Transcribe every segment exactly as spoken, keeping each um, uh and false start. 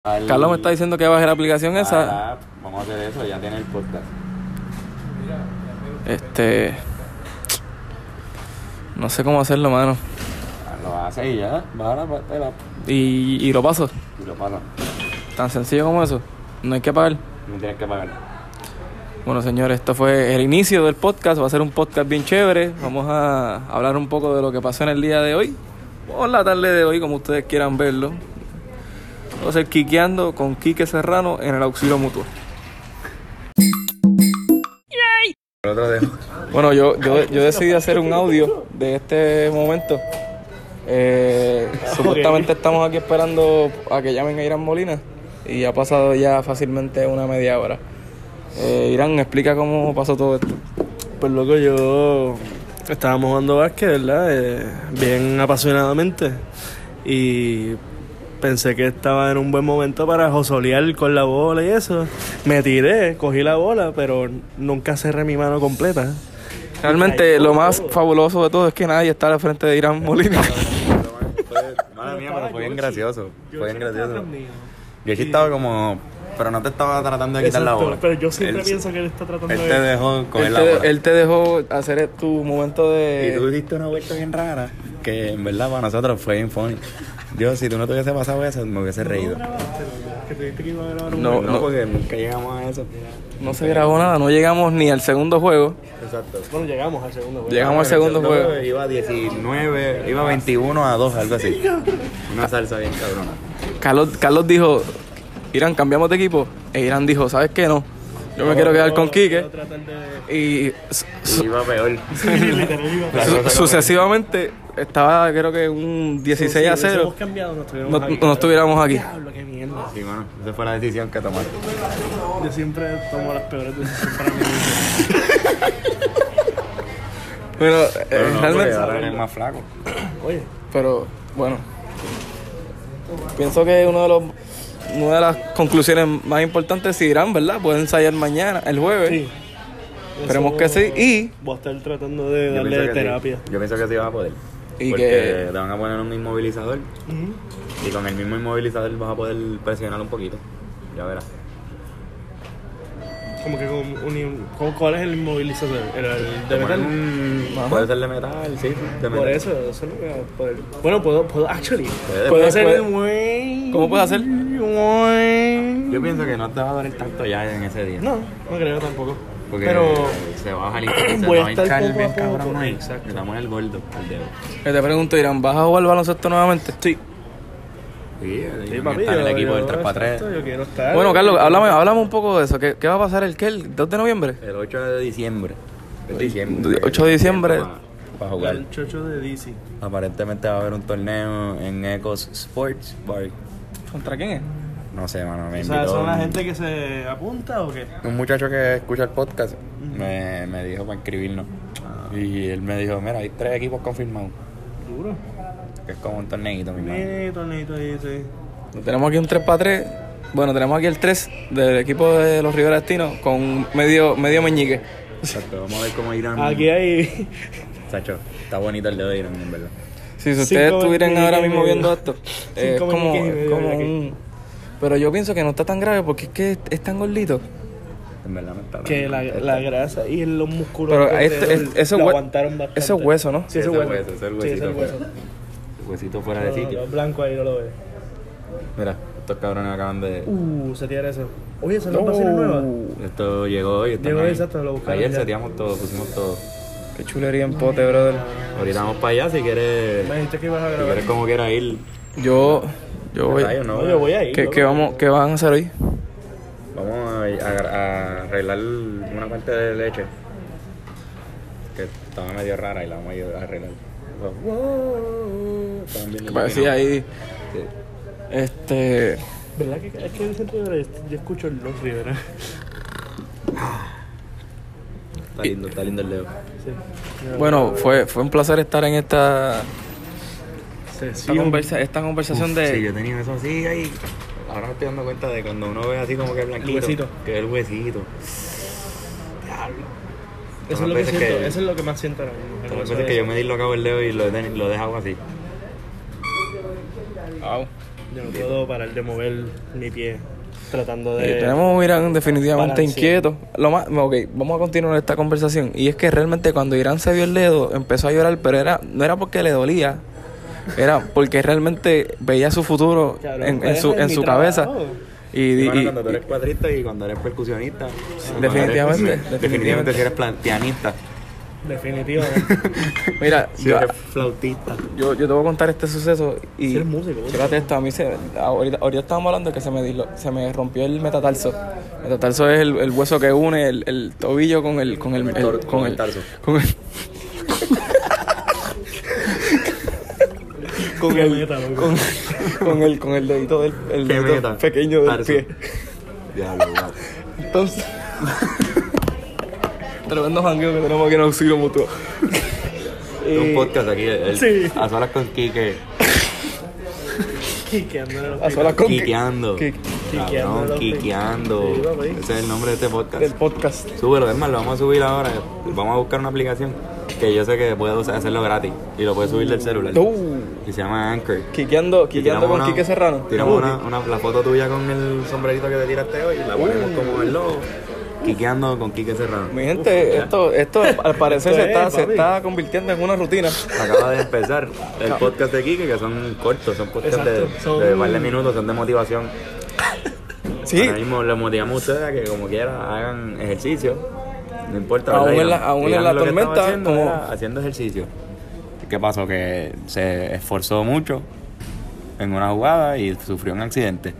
Al... Carlos me está diciendo que baje la aplicación esa. Ah, vamos a hacer eso, ya tiene el podcast. Este... No sé cómo hacerlo, mano. Lo hace y ya, baja la parte de la... Y, y lo paso. Y lo pasa. Tan sencillo como eso. No hay que pagar. No tienes que pagar. Bueno, señores, esto fue el inicio del podcast. Va a ser un podcast bien chévere. Vamos a hablar un poco de lo que pasó en el día de hoy. O en la tarde de hoy, como ustedes quieran verlo. Va a ser Quiqueando con Quique Serrano en el auxilio mutuo. El otro dejo. Bueno, yo, yo, yo decidí hacer un audio de este momento. Eh, supuestamente estamos aquí esperando a que llamen a Irán Molina. Y ha pasado ya fácilmente una media hora. Eh, Irán, explica cómo pasó todo esto. Pues loco, yo estábamos jugando básquet, ¿verdad? Eh, bien apasionadamente. Y pensé que estaba en un buen momento para josolear con la bola y eso. Me tiré, cogí la bola, pero nunca cerré mi mano completa. Realmente lo más fabuloso de todo es que nadie está al frente de Irán Molina. Madre mía, pero fue bien gracioso. Fue bien gracioso. Yo sí estaba como... Pero no te estaba tratando de quitar la Exacto, bola. pero yo siempre Él- pienso que él está tratando Él de... te dejó coger Él la bola. te, él te dejó hacer tu momento Y tú de... diste una vuelta bien rara, que en verdad para nosotros fue bien funny. Dios, si tú no te hubiese pasado eso, me hubiese reído. Que te dijiste que iba a grabar un... No, No, no, porque nunca llegamos a eso. no se grabó nada, no llegamos ni al segundo juego. Exacto. Bueno, llegamos al segundo juego. Llegamos al segundo juego. Iba diecinueve, iba veintiuno a dos, algo así. Una salsa bien cabrona. Carlos, Carlos dijo, Irán, cambiamos de equipo. E Irán dijo, ¿sabes qué? No, yo me quiero quedar con Quique. Y su- su- Iba peor. su- sucesivamente estaba creo que un dieciséis a Si cero. hubiésemos cambiado, no estuviéramos No, aquí. no estuviéramos aquí. Diablo, qué mierda. Sí, mano, esa fue la decisión que tomaste. Yo siempre tomo las peores decisiones para mí mismo. Pero eh, Pero no, realmente... porque ahora eres más flaco. Oye, Pero bueno, pienso que uno de los una de las conclusiones más importantes es Irán, ¿verdad? Puede ensayar mañana, el jueves. sí. Esperemos Eso que sí. Y, voy a estar tratando de Yo darle pienso que terapia. sí. Yo pienso que sí vas a poder. Y porque que- te van a poner un inmovilizador. Ujú. Y con el mismo inmovilizador vas a poder presionar un poquito. Ya verás. Como que con un, ¿cómo- ¿cuál es el inmovilizador? ¿El, el de Te ponen metal? un- Ajá. Puede ser de metal, sí. De metal. Por eso, eso no voy a poder. Bueno, puedo, puedo, actually. Puede, Puedo puede, hacer puede. el güey. ¿Cómo puedes hacer? Yo pienso que no te va a doler tanto ya en ese día. No, no creo tampoco. Porque Pero se va a bajar se voy va a a estar hinchar poco a bien poco. cabrón ahí. Exacto. Le damos el gordo al dedo. que te pregunto, Irán, ¿vas a jugar baloncesto nuevamente? sí. Sí, Sí, sí papi, está en el yo- equipo yo- del tres para tres. exacto, Yo quiero estar. Bueno, Carlos, háblame, háblame un poco de eso. ¿Qué, qué va a pasar el qué? ¿El dos de noviembre? El ocho de diciembre. El diciembre. ocho de diciembre. Para, para jugar. El chocho de D C. Aparentemente va a haber un torneo en Ecos Sports Bar. ¿Contra quién es? No sé, mano. Me O sea, invitó ¿son la un- gente que se apunta o qué? Un muchacho que escucha el podcast me, me dijo para inscribirnos. Y él me dijo, mira, hay tres equipos confirmados. Duro. Que es como un torneito, mi madre. Mira, torneito ahí, sí. Tenemos aquí un tres para tres. Bueno, tenemos aquí el tres del equipo de los Rivera Destinos con medio, medio meñique. Exacto, vamos a ver cómo irán. Aquí hay. Sacho, está bonito el dedo de Irán, en verdad. Sí, si Cinco ustedes estuvieran meñiques ahora y mismo medio. viendo esto, eh, es Cinco como, meñiques y medio como de aquí. un... Pero yo pienso que no está tan grave porque es que es tan gordito. En verdad no está Que la, la grasa y los músculos. Pero de este- alrededor este- ese lo hue- aguantaron bastante. Ese es hueso, ¿no? Sí, ese Ese hueso. hueso, ese es el Sí, huesito ese es el hueso. fuera. Huesito fuera de No, sitio. no, blanco ahí no lo ves. Mira, estos cabrones acaban de... Uh, se tira eso. Oye, ¿son las vacinas nuevas? Esto llegó hoy. están Llegó ahí. exacto, lo buscaron Ayer ya. seteamos todo, pusimos todo. Qué chulería en pote, brother. Ahorita vamos para allá si quieres... Me dijiste que ibas a Si grabar. quieres como quieras ir. Yo, yo voy... Rayos, no, No, yo voy a ir. ¿Qué, loco. qué vamos, ¿Qué van a hacer hoy? Vamos a, a- a arreglar una parte de leche que estaba medio rara y la vamos a ir a arreglar. Estaban bien Que parecía ahí... Sí. Este... ¿Verdad que es que en el centro de yo escucho los Rivera? Está lindo, está lindo el dedo. Sí. Bueno, fue, fue un placer estar en esta... Sí, Esta, conversa- esta conversación de... Sí, yo tenía eso así ahí. Ahora me estoy dando cuenta de cuando uno ve así como que blanquito. El huesito. Que es el huesito. Diablo. Eso es Todas lo las que veces siento, que- eso es lo que más siento ahora mismo. Todas las Eso veces que es- yo me disloco el dedo y lo, de- lo dejo así. Au. Yo no puedo parar de mover mi pie tratando de... Eh, tenemos a Irán definitivamente balance. inquieto. Lo más, ok, vamos a continuar esta conversación. Y es que realmente cuando Irán se vio el dedo, empezó a llorar, pero era no era porque le dolía, era porque realmente veía su futuro Cabrón, en, en pues, su, es en mi su trabajo. cabeza. Y, y- Y, bueno, y- cuando tú eres cuatrista y cuando eres percusionista. definitivamente, Cuando eres- definitivamente si eres plan- pianista. Definitivamente. mira, Si yo, eres flautista. yo, yo te voy a contar este suceso y Si eres músico, fíjate esto, a mí se, ahorita, ahorita estábamos hablando de que se me, dislo- se me rompió el metatarso. El metatarso es el, el hueso que une el, el tobillo con el con el, el- tor- con con el el tarso. con el con Qué el meta, loco. con, con el con el dedito del el Qué dedito meta. pequeño del Tarso. pie. Diablo, wow. Entonces tremendo jangueo que tenemos aquí en auxilio mutuo. Un podcast aquí, el, Sí. a solas con Quique, Quiqueando en el A hospital. solas con quiqueando. Qui- Quiqueando Cabrón, los- quiqueando. Sí, papi. Ese es el nombre de este podcast. del podcast. Súbelo, es más, lo vamos a subir ahora. Vamos a buscar una aplicación que yo sé que puedo hacerlo gratis y lo puedes subir del celular. Uh, Y se llama Anchor. quiqueando, Y quiqueando tiramos con una- Quique Serrano. Tiramos Uh, una, una- la foto tuya con el sombrerito que te tiraste hoy y la ponemos como el logo. Quiqueando con Quique Serrano. Mi gente, esto, esto al parecer Esto se, está, es, se papi. está convirtiendo en una rutina. Acaba de empezar el podcast de Quique, que son cortos, son podcasts de, Exacto, son- de par de minutos, son de motivación. Sí, Ahora mismo les motivamos a ustedes a que como quiera hagan ejercicio. No importa. Aún ¿verdad? en la- Irán- aún en Irán la lo que estaba tormenta, haciendo como- era haciendo ejercicio. ¿Qué pasó? Que se esforzó mucho en una jugada y sufrió un accidente.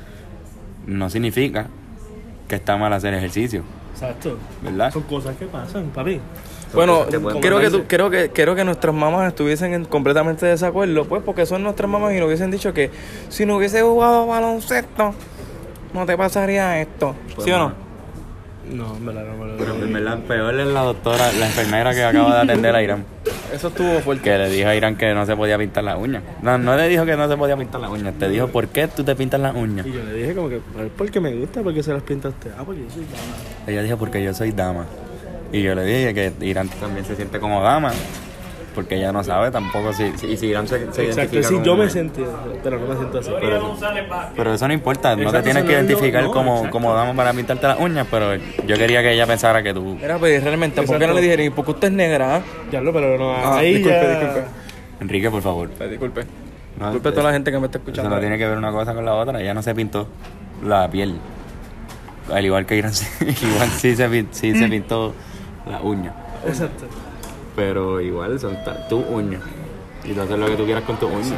No significa que está mal hacer ejercicio, Exacto. ¿verdad? Son cosas que pasan, papi. bueno, cosas que pueden quiero que, pasarse. tú, creo, que, quiero que nuestras mamás estuviesen en completamente desacuerdo, pues porque son nuestras mamás y nos hubiesen dicho que si no hubiese jugado baloncesto, no te pasaría esto. Pues ¿Sí o no? no. No, en verdad, no me lo Pero en verdad, peor es la doctora, la enfermera que acaba de atender a Irán. Eso estuvo fuerte. Que le dijo a Irán que no se podía pintar las uñas. No, no le dijo que no se podía pintar las uñas. Te dijo, ¿por qué tú te pintas las uñas? Y yo le dije como que, "Pues, porque me gusta, porque se las pintaste. Ah, porque yo soy dama. Ella dijo, porque yo soy dama. Y yo le dije que Irán también se siente como dama. Porque ella no sabe tampoco si, si, y si Irán se, se Exacto, identifica sí, como yo me mujer. sentí, pero no me siento así. Pero, pero eso no importa, no te Exacto, tienes eso que no es lo- identificar no, como, exacto. como dama para pintarte las uñas, pero yo quería que ella pensara que tú... Mira, pues realmente, ¿por qué no Exacto. le dijeron? ¿Y por qué usted es negra? ah? Ya lo, pero no. Ah, ahí disculpe, ya... disculpe. Enrique, por favor. Pues, disculpe. No, disculpe a toda la gente que me está Eso escuchando. no tiene que ver una cosa con la otra, ella no se pintó la piel. Al igual que Irán, igual sí se, pin- sí se pintó la uña. Exacto. Pero igual son ta- tus uñas. Y tú haces lo que tú quieras con tus uñas.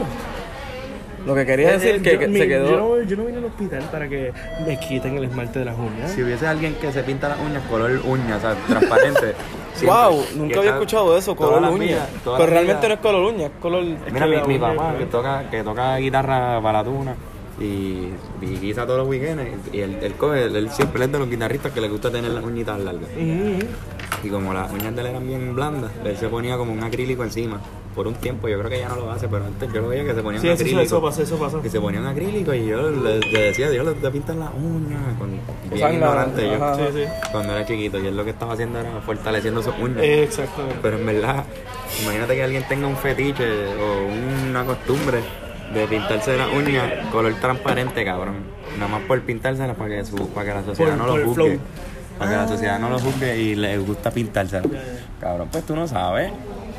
Lo que quería decir Eh, que, yo, que mi- se quedó... Yo no, yo no vine al hospital para que me quiten el esmalte de las uñas. Si hubiese alguien que se pinta las uñas color uña, o sea, transparente. siempre, Wow, y nunca había está escuchado de eso, toda color la uña. vida, toda Pero la realmente vida. no es color uña, es color... Mira, mi, la mi uña, papá, ¿no? que toca, que toca guitarra para la tuna y, y guisa todos los weekends. Y él, él, coge, él siempre es de los guitarristas que le gusta tener las uñitas largas. Ujú. Y como las uñas de él eran bien blandas, él se ponía como un acrílico encima. Por un tiempo, yo creo que ya no lo hace, pero antes yo lo veía que se ponía Sí, un eso, acrílico. eso pasó, eso pasó. Que se ponía un acrílico y yo le, le decía, Dios, te pintan las uñas. Con, bien Sangra, ignorante yo. ajá. Sí, sí. Cuando era chiquito, y él lo que estaba haciendo era fortaleciendo sus uñas. Eh, Exactamente. Pero en verdad, imagínate que alguien tenga un fetiche o una costumbre de pintarse las uñas color transparente, cabrón. Nada más por pintárselas para que, su, para que la sociedad Por- no por lo el juzgue. flow. Para que la sociedad no lo juzgue y le gusta pintárselas. Cabrón, pues tú no sabes.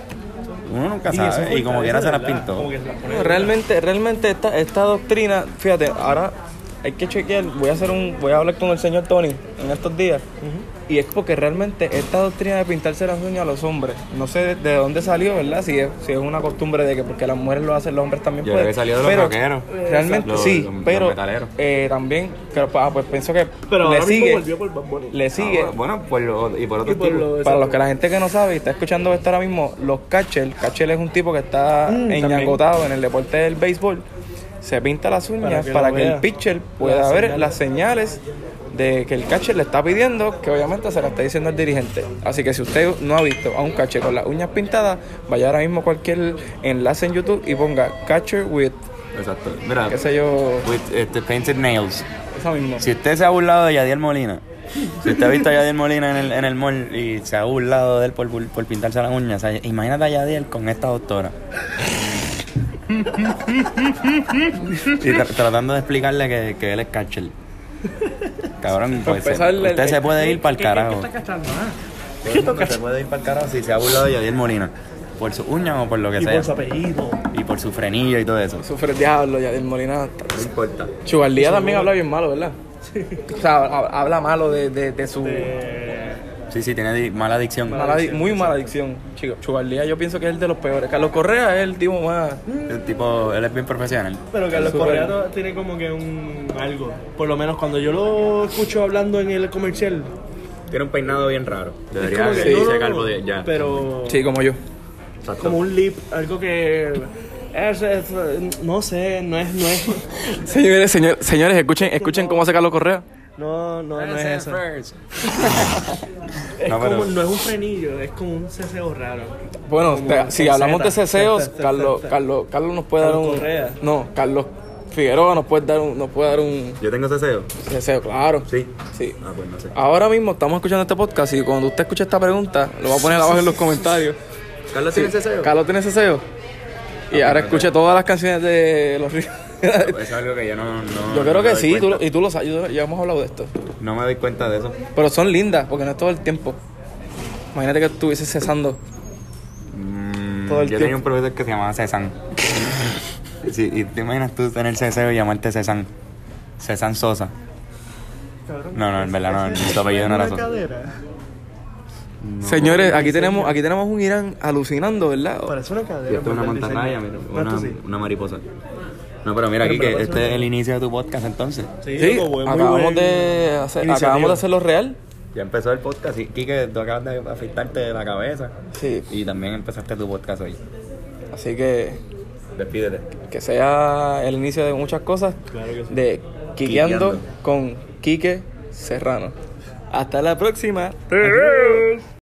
Uno nunca Y eso sabe. fue Y como eso, quiera se las ¿verdad? pintó. Como que se las pone- No, realmente, realmente esta, esta doctrina, fíjate, ahora hay que chequear, voy a hacer un, voy a hablar con el señor Tony en estos días. Y es porque realmente esta doctrina de pintarse las uñas a los hombres, no sé de, de dónde salió, ¿verdad? Si es, si es una costumbre de que porque las mujeres lo hacen, los hombres también Yo pueden. creo que salió de los Pero rockeros. realmente Los- sí, los- los pero metaleros. eh, también, creo, ah, pues pienso que Pero le ahora mismo sigue, volvió por Bad Bunny. le sigue. Ah, bueno, por lo, y por otro Y por tipo. lo- Para los que la gente que no sabe y está escuchando esto ahora mismo, los catcher, catcher es un tipo que está Mm, enñangotado en el deporte del béisbol, se pinta las uñas Para para que que, lo el vea. pitcher pueda Las ver señales. las señales de que el catcher le está pidiendo, que obviamente se la está diciendo el dirigente. Así que si usted no ha visto a un catcher con las uñas pintadas, vaya ahora mismo a cualquier enlace en YouTube y ponga catcher with, Exacto. Mira, qué sé yo, with este, painted nails. esa misma. Si usted se ha burlado de Yadiel Molina, si usted ha visto a Yadiel Molina en el, en el mall y se ha burlado de él por, por, por pintarse las uñas, o sea, imagínate a Yadiel con esta doctora. Y tra- tratando de explicarle que, que él es catcher. Cabrón, pues se- empezar, el- usted el- se puede ir para el ¿Qué- qué- carajo. ¿Qué está cachando? Ah? Todo el mundo se puede ir para el carajo si se ha burlado de Yadier Molina. Por su uña o por lo que Y sea. por su apellido. Y por su frenillo y todo eso. Sufre el diablo, ya el Molina. No importa. Chugaldía también habla bien malo, ¿verdad? O sea, ha- habla malo de, de, de su... De... Sí, sí, tiene di- mala adicción. mala di- muy mala adicción. Chico, Chugaldía yo pienso que es el de los peores. Carlos Correa es el tipo más... El tipo, él es bien profesional. Pero Carlos Súper. Correa no- tiene como que un algo. Por lo menos cuando yo lo escucho hablando en el comercial. Tiene un peinado bien raro. Debería como que- que no, irse no, calvo no, de ya. Sí, Pero como yo. Exacto. como un lip, algo que es, es- no sé, no es, no es, Señores, señor- señores, escuchen, escuchen cómo hace Carlos Correa. no, no, no es eso. Es No, pero- como, no es un frenillo, es como un ceseo raro. Bueno, Como te- si con hablamos de Z, ceseos, Z, Z, Carlos, Z. Carlos, Carlos nos puede dar Carlos un... Correa. No, Carlos Figueroa nos puede dar un, nos puede dar un Yo tengo ceseo. ceseo, claro. Sí. Sí. Ah, pues no sé. Ahora mismo estamos escuchando este podcast y cuando usted escuche esta pregunta, lo va a poner abajo en los comentarios. Carlos tiene ceseo. Carlos tiene ceseo. Y ahora escuche todas las canciones de los Ríos. Eso es algo que yo no. no Yo creo no que me doy sí, tú, cuenta. lo- y tú lo sabes, yo- ya hemos hablado de esto. No me doy cuenta de eso. Pero son lindas, porque no es todo el tiempo. Imagínate que estuvieses cesando. Mm, Todo el yo tiempo. tenía un profesor que se llamaba Cezanne. Sí, y te imaginas tú tener ceseo y llamarte Cezanne. Cezanne Sosa. No, no, en verdad no, tu apellido no era Una Sosa. cadera. Señores, aquí tenemos, aquí tenemos un Irán alucinando, ¿verdad? Parece una cadera. Y esto es una ¿verdad? El mantarraya, diseño. mira, No, una, esto sí. una mariposa. No, pero mira aquí Pero que me este es el inicio de tu podcast entonces. Sí, Sí, loco, buen- muy acabamos buen de, hacer, iniciativa. acabamos de hacerlo real. Ya empezó el podcast. Y Kike, tú acabas de afeitarte la cabeza. Sí, Y también empezaste tu podcast hoy. así que Despídete. que sea el inicio de muchas cosas. Claro que sí. De Quiqueando Quiqueando. con Quique Serrano. Hasta la próxima.